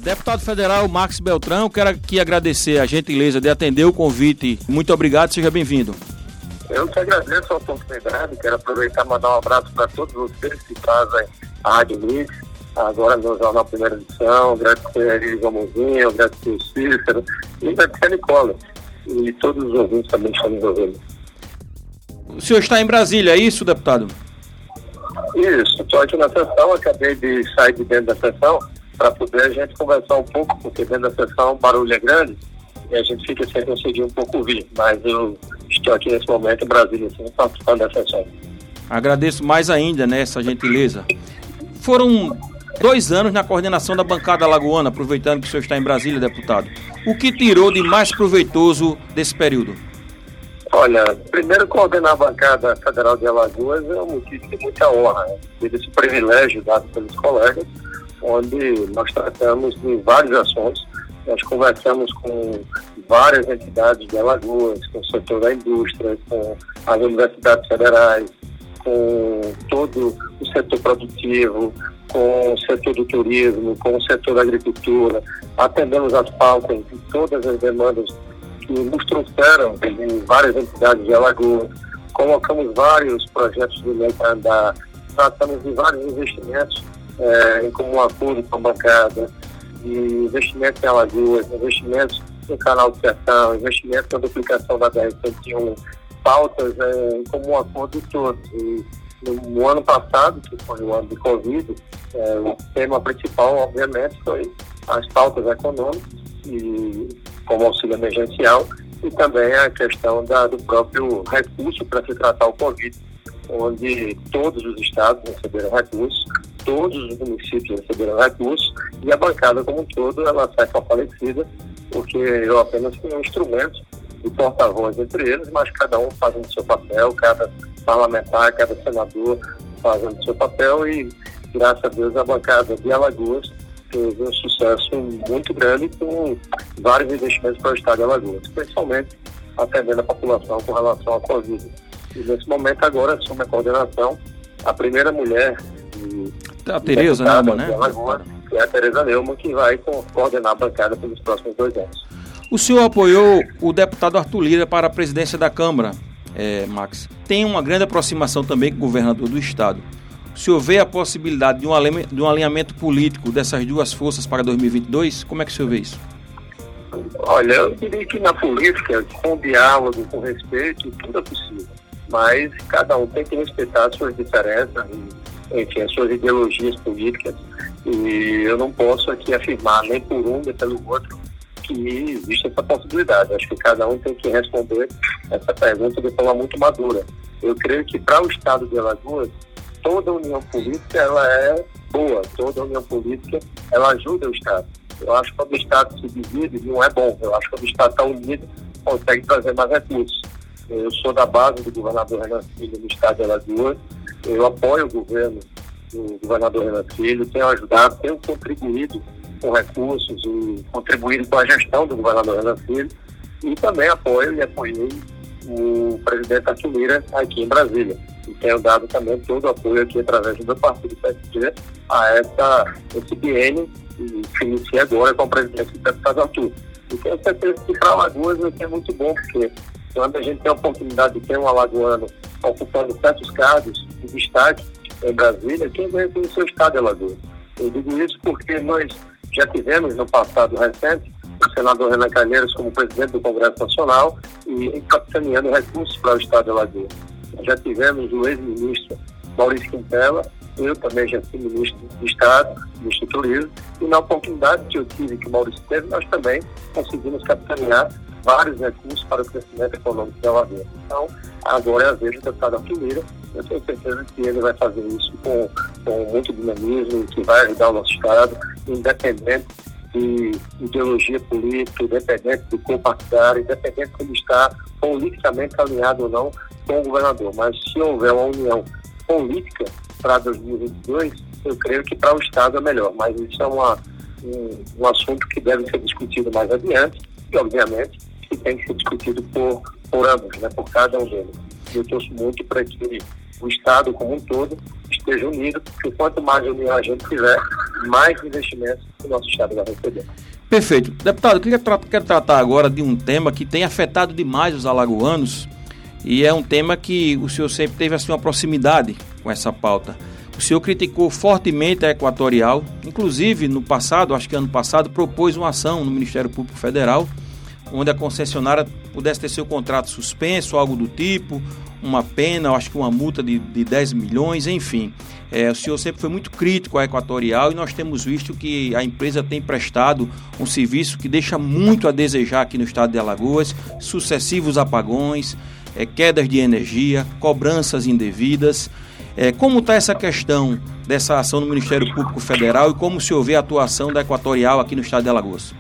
Deputado federal Max Beltrão, quero aqui agradecer a gentileza de atender o convite. Muito obrigado, seja bem-vindo. Eu que agradeço a oportunidade, quero aproveitar e mandar um abraço para todos vocês que fazem a Rádio Mix, agora no Jornal Primeira Edição, agradecer a Elisa Mozinho, agradecer o Cícero e agradecer a Nicole e todos os ouvintes também que estão nos ouvindo. O senhor está em Brasília, é isso, deputado? Isso, estou aqui na sessão, acabei de sair de dentro da sessão para poder a gente conversar um pouco, porque dentro da sessão o barulho é grande e a gente fica sem conseguir um pouco ouvir, mas eu estou aqui nesse momento em Brasília, assim, participando da sessão. Agradeço mais ainda, né, essa gentileza. Foram 2 anos na coordenação da bancada alagoana, aproveitando que o senhor está em Brasília, deputado. O que tirou de mais proveitoso desse período? Olha, primeiro coordenar a bancada federal de Alagoas é um motivo de muita honra, tive esse privilégio dado pelos colegas, onde nós tratamos de vários assuntos. Nós conversamos com várias entidades de Alagoas, com o setor da indústria, com as universidades federais, com todo o setor produtivo, com o setor do turismo, com o setor da agricultura. Atendemos as pautas de todas as demandas que nos trouxeram de várias entidades de Alagoas. Colocamos vários projetos de lei para andar, tratamos de vários investimentos em comum acordo com a bancada, de investimentos em Alagoas, investimentos no Canal do Sertão, investimentos na duplicação da BR-101, pautas em comum acordo de todos. E no ano passado, que foi o ano de Covid, o tema principal, obviamente, foi as pautas econômicas, e como auxílio emergencial, e também a questão do próprio recurso para se tratar o Covid, onde todos os estados receberam recursos, todos os municípios receberam recursos, e a bancada como um todo, ela sai fortalecida, porque eu apenas fui um instrumento de porta-voz entre eles, mas cada um fazendo o seu papel, cada parlamentar, cada senador fazendo o seu papel, e graças a Deus a bancada de Alagoas teve um sucesso muito grande com vários investimentos para o estado de Alagoas, principalmente atendendo a população com relação à Covid. E nesse momento agora assume a coordenação a primeira mulher a Tereza Neumann, né? Alagoas, que é a Tereza Neumann, que vai coordenar a bancada pelos próximos 2 anos. O senhor apoiou o deputado Arthur Lira para a presidência da Câmara, Max. Tem uma grande aproximação também com o governador do estado. O senhor vê a possibilidade de um alinhamento político dessas duas forças para 2022? Como é que o senhor vê isso? Olha, eu diria que na política, com diálogo, com respeito, tudo é possível. Mas cada um tem que respeitar as suas diferenças, enfim, as suas ideologias políticas. E eu não posso aqui afirmar, nem por um, nem pelo outro, que existe essa possibilidade. Acho que cada um tem que responder essa pergunta de forma muito madura. Eu creio que para o estado de Alagoas, toda união política ela é boa, toda união política ela ajuda o estado. Eu acho que quando o estado se divide não é bom. Eu acho que quando o estado está unido consegue trazer mais recursos. Eu sou da base do governador Renan Filho no estado de Alagoas. Eu apoio o governo do governador Renan Filho, tenho ajudado, tenho contribuído com recursos e contribuído com a gestão do governador Renan Filho, e também apoio e apoiei o presidente Arthur Lira aqui em Brasília. E tenho dado também todo o apoio aqui através do meu partido PSD a esse biênio que se inicia agora com o presidente do deputado Arthur. E tenho certeza que para Alagoas vai ser muito bom, porque quando a gente tem a oportunidade de ter um alagoano ocupando certos cargos de destaque em Brasília, quem vai reconhecer o estado de Alagoas? Eu digo isso porque nós já tivemos no passado recente o senador Renan Calheiros como presidente do Congresso Nacional e capitaneando recursos para o estado de Alagoas. Já tivemos o ex-ministro Maurício Quintela, eu também já fui ministro do Estado, ministro do Turismo, e na oportunidade que eu tive, que o Maurício teve, nós também conseguimos capitanear vários recursos para o crescimento econômico de Alagoas. Então, agora é a vez do deputado Arthur Lira. Eu tenho certeza que ele vai fazer isso com muito dinamismo, que vai ajudar o nosso estado, independente de ideologia política, independente de cor partidária, independente de ele estar politicamente alinhado ou não com o governador. Mas se houver uma união política para 2022, eu creio que para o estado é melhor. Mas isso é um assunto que deve ser discutido mais adiante e, obviamente, que tem que ser discutido por ambos, né, por cada um deles. Eu torço muito para que o estado como um todo esteja unido, porque quanto mais união a gente tiver, mais investimentos o nosso Estado vai receber. Perfeito. Deputado, eu quero tratar agora de um tema que tem afetado demais os alagoanos e é um tema que o senhor sempre teve assim, uma proximidade com essa pauta. O senhor criticou fortemente a Equatorial, inclusive no passado, acho que ano passado, propôs uma ação no Ministério Público Federal, onde a concessionária pudesse ter seu contrato suspenso, algo do tipo, uma pena, acho que uma multa de 10 milhões, enfim. O senhor sempre foi muito crítico à Equatorial e nós temos visto que a empresa tem prestado um serviço que deixa muito a desejar aqui no estado de Alagoas, sucessivos apagões, quedas de energia, cobranças indevidas. Como está essa questão dessa ação no Ministério Público Federal e como o senhor vê a atuação da Equatorial aqui no estado de Alagoas?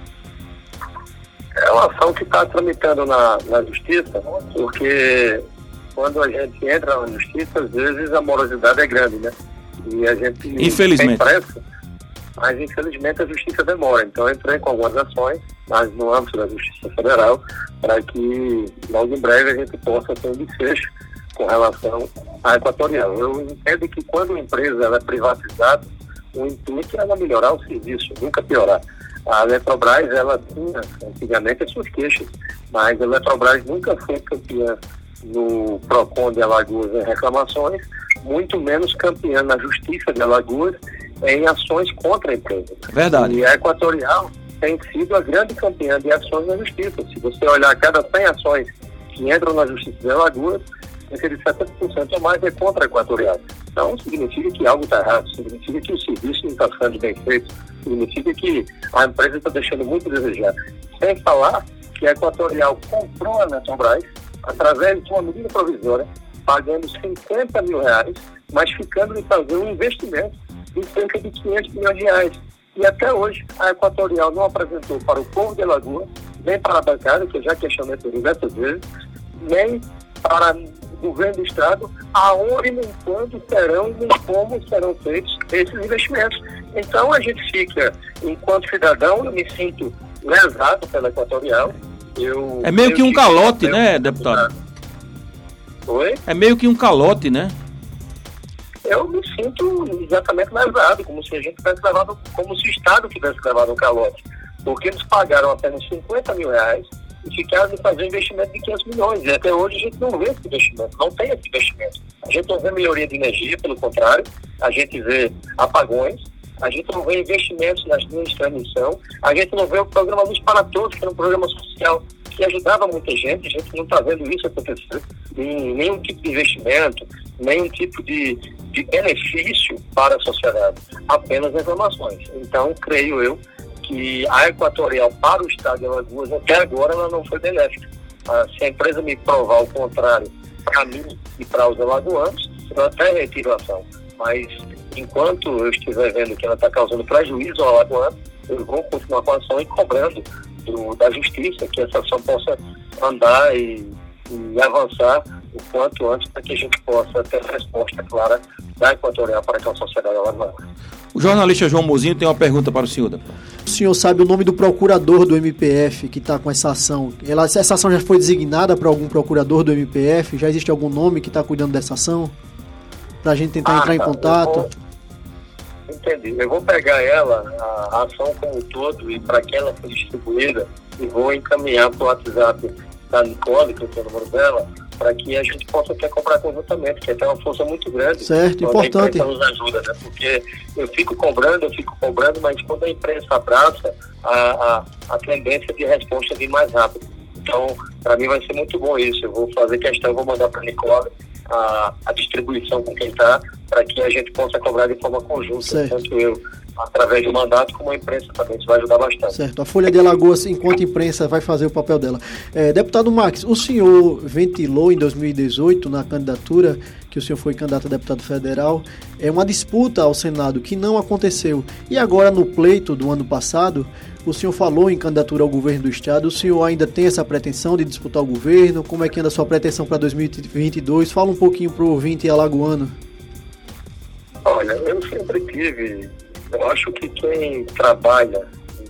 É uma ação que está tramitando na Justiça, porque quando a gente entra na Justiça, às vezes a morosidade é grande, né? E a gente infelizmente tem pressa, mas infelizmente a Justiça demora. Então eu entrei com algumas ações, mas no âmbito da Justiça Federal, para que logo em breve a gente possa ter um desfecho com relação à Equatorial. Eu entendo que quando uma empresa ela é privatizada, o intuito é ela melhorar o serviço, nunca piorar. A Eletrobras, ela tinha antigamente as suas queixas, mas a Eletrobras nunca foi campeã no PROCON de Alagoas em reclamações, muito menos campeã na Justiça de Alagoas em ações contra a empresa. Verdade. E a Equatorial tem sido a grande campeã de ações na Justiça. Se você olhar cada 100 ações que entram na Justiça de Alagoas, cerca de 70% ou mais é contra a Equatorial. Então, significa que algo está errado, significa que o serviço não está sendo bem feito, significa que a empresa está deixando muito a desejar. Sem falar que a Equatorial comprou a Eletrobras através de uma medida provisória, pagando 50 mil reais, mas ficando de fazer um investimento de cerca de 500 milhões de reais. E até hoje, a Equatorial não apresentou para o povo de Alagoas, nem para a bancada, que eu já questionei por diversas vezes, nem para o governo do Estado, aonde e quando serão e como serão feitos esses investimentos. Então a gente fica, enquanto cidadão, eu me sinto lesado pela Equatorial. É meio que um calote, né, deputado? Oi? É meio que um calote, né? Eu me sinto exatamente lesado, como se a gente tivesse levado, como se o Estado tivesse levado um calote. Porque eles pagaram apenas 50 mil reais e ficaram de fazer um investimento de 500 milhões. E até hoje a gente não vê esse investimento, não tem esse investimento. A gente não vê melhoria de energia, pelo contrário, a gente vê apagões, a gente não vê investimentos nas linhas de transmissão, a gente não vê o programa Luz para Todos, que era um programa social que ajudava muita gente, a gente não está vendo isso acontecer, nenhum tipo de investimento, nenhum tipo de benefício para a sociedade, apenas reclamações. Então, creio eu que a Equatorial para o Estado de Alagoas, até agora, ela não foi benéfica. Se a empresa me provar o contrário para mim e para os alagoanos, eu até retiro a ação. Mas, enquanto eu estiver vendo que ela está causando prejuízo ao alagoano, eu vou continuar com a ação e cobrando da Justiça que essa ação possa andar e avançar o quanto antes para que a gente possa ter resposta clara da Equatorial para a sociedade alagoana. O jornalista João Mozinho tem uma pergunta para o senhor, deputado. O senhor sabe o nome do procurador do MPF que está com essa ação? Essa ação já foi designada para algum procurador do MPF? Já existe algum nome que está cuidando dessa ação? Para a gente tentar entrar em contato? Entendi. Eu vou pegar a ação como um todo, e para que ela for distribuída, e vou encaminhar para o WhatsApp da Nicole, que é o número dela, para que a gente possa até cobrar conjuntamente, que tem uma força muito grande. Certo, importante. A imprensa nos ajuda, né? Porque eu fico cobrando, mas quando a imprensa abraça, a tendência de resposta vem mais rápido. Então, para mim vai ser muito bom isso. Eu vou fazer questão, vou mandar para a Nicole a distribuição com quem está, para que a gente possa cobrar de forma conjunta, certo. Tanto eu, através do mandato, como a imprensa também, isso vai ajudar bastante. Certo, a Folha de Alagoas, enquanto imprensa, vai fazer o papel dela. Deputado Max, o senhor ventilou em 2018, na candidatura, que o senhor foi candidato a deputado federal, uma disputa ao Senado que não aconteceu. E agora, no pleito do ano passado, o senhor falou em candidatura ao governo do Estado. O senhor ainda tem essa pretensão de disputar o governo? Como é que anda a sua pretensão para 2022? Fala um pouquinho para o ouvinte alagoano. Olha, eu sempre tive... Eu acho que quem trabalha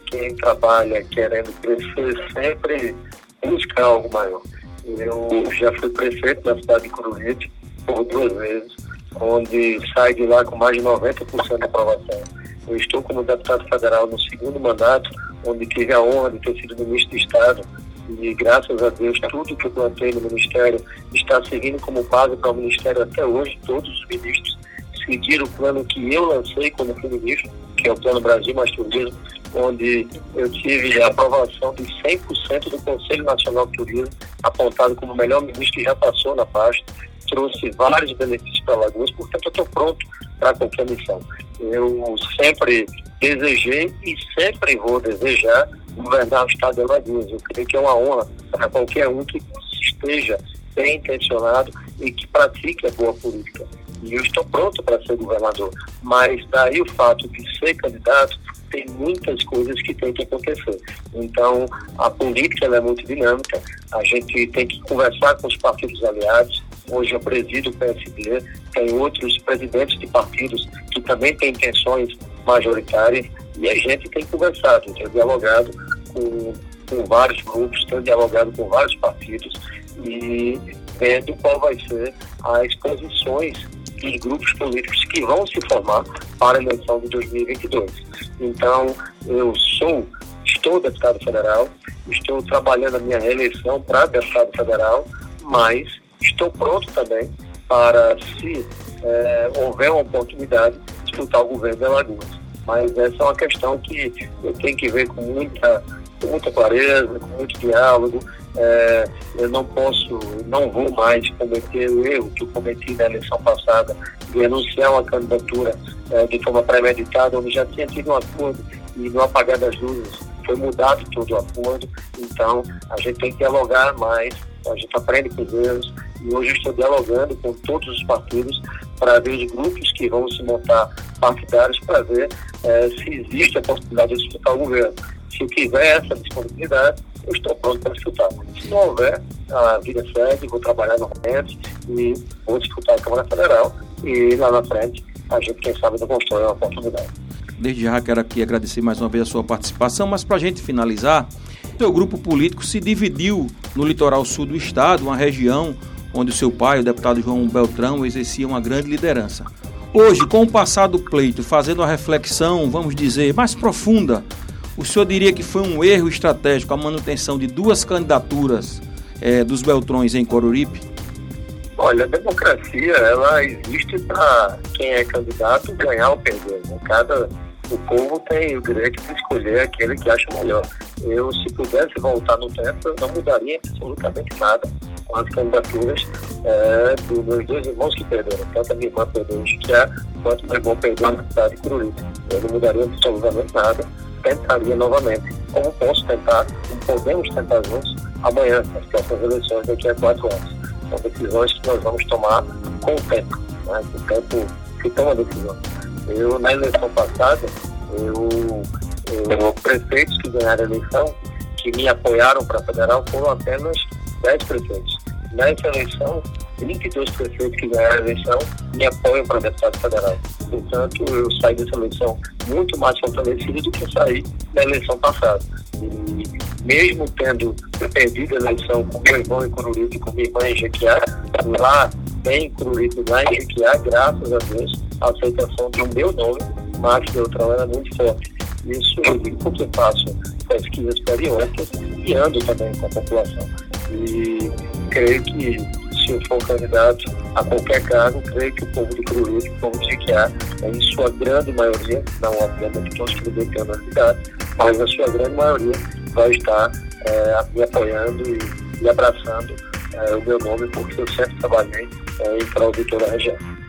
querendo crescer sempre busca algo maior. Eu já fui prefeito da cidade de Corujete por 2 vezes, onde sai de lá com mais de 90% de aprovação. Eu estou como deputado federal no segundo mandato, onde tive a honra de ter sido ministro de Estado, e graças a Deus tudo que eu plantei no Ministério está servindo como base para o Ministério até hoje. Todos os ministros seguiram o plano que eu lancei como ministro, que é o Plano Brasil Mais Turismo, onde eu tive a aprovação de 100% do Conselho Nacional de Turismo, apontado como o melhor ministro que já passou na pasta. Trouxe vários benefícios para Alagoas, portanto eu estou pronto para qualquer missão. Eu sempre desejei e sempre vou desejar governar o estado de Alagoas. Eu creio que é uma honra para qualquer um que esteja bem intencionado e que pratique a boa política. E eu estou pronto para ser governador, mas daí o fato de ser candidato, tem muitas coisas que tem que acontecer. Então, a política ela é muito dinâmica, a gente tem que conversar com os partidos aliados. Hoje eu presido o PSD, tem outros presidentes de partidos que também têm intenções majoritárias, e a gente tem conversado, tem dialogado com vários grupos, tem dialogado com vários partidos e vendo qual vai ser as posições dos grupos políticos que vão se formar para a eleição de 2022. Então, estou deputado federal, estou trabalhando a minha reeleição para deputado federal, mas estou pronto também para, se houver uma oportunidade, disputar o governo de Alagoas. Mas essa é uma questão que eu tenho que ver com muita clareza, com muito diálogo. Eu não vou mais cometer o erro que eu cometi na eleição passada de anunciar uma candidatura de forma premeditada, onde já tinha tido um acordo e no apagar das luzes foi mudado todo o acordo. Então, a gente tem que dialogar mais, a gente aprende com os erros, e hoje eu estou dialogando com todos os partidos para ver os grupos que vão se montar partidários para ver se existe a possibilidade de disputar o governo. Se tiver essa disponibilidade, eu estou pronto para disputar. Se não houver, a vida segue, vou trabalhar novamente e vou disputar a Câmara Federal, e lá na frente a gente, quem sabe, não constrói uma oportunidade. Desde já quero aqui agradecer mais uma vez a sua participação, mas para a gente finalizar, o seu grupo político se dividiu no litoral sul do estado, uma região onde o seu pai, o deputado João Beltrão, exercia uma grande liderança. Hoje, com o passar do pleito, fazendo a reflexão, vamos dizer, mais profunda, o senhor diria que foi um erro estratégico a manutenção de duas candidaturas dos Beltrões em Coruripe? Olha, a democracia, ela existe para quem é candidato ganhar ou perder, né? O povo tem o direito de escolher aquele que acha melhor. Eu, se pudesse voltar no tempo, eu não mudaria absolutamente nada com as candidaturas dos meus dois irmãos que perderam. Tanto a minha irmã perdeu em Jequiá, quanto meu irmão perdeu na cidade de Coruripe. Eu não mudaria absolutamente nada, tentaria novamente. Como posso tentar, como podemos tentar juntos, amanhã, nas próximas eleições, daqui a 4 anos. São decisões que nós vamos tomar com o tempo, né? O tempo que toma a decisão. Eu, na eleição passada, prefeitos que ganharam a eleição, que me apoiaram para a federal, foram apenas 10 prefeitos. Nessa eleição, 22 prefeitos que ganharam a eleição me apoiam para deputado federal. Portanto, eu saí dessa eleição muito mais fortalecido do que saí da eleição passada. E mesmo tendo perdido a eleição com meu irmão em Coruripe e com minha irmã em Jequiá, lá em Coruripe, lá em Jequiá, graças a Deus, a aceitação do meu nome, Max Beltrão, era muito forte. Isso eu digo porque faço pesquisas periódicas e ando também com a população. E creio que, se eu for candidato a qualquer cargo, creio que o povo de Coruripe, o povo de Jequiá, em sua grande maioria, não obviamente todos que me têm a cidade, mas a sua grande maioria vai estar me apoiando e abraçando o meu nome, porque eu sempre trabalhei em prol de toda a região.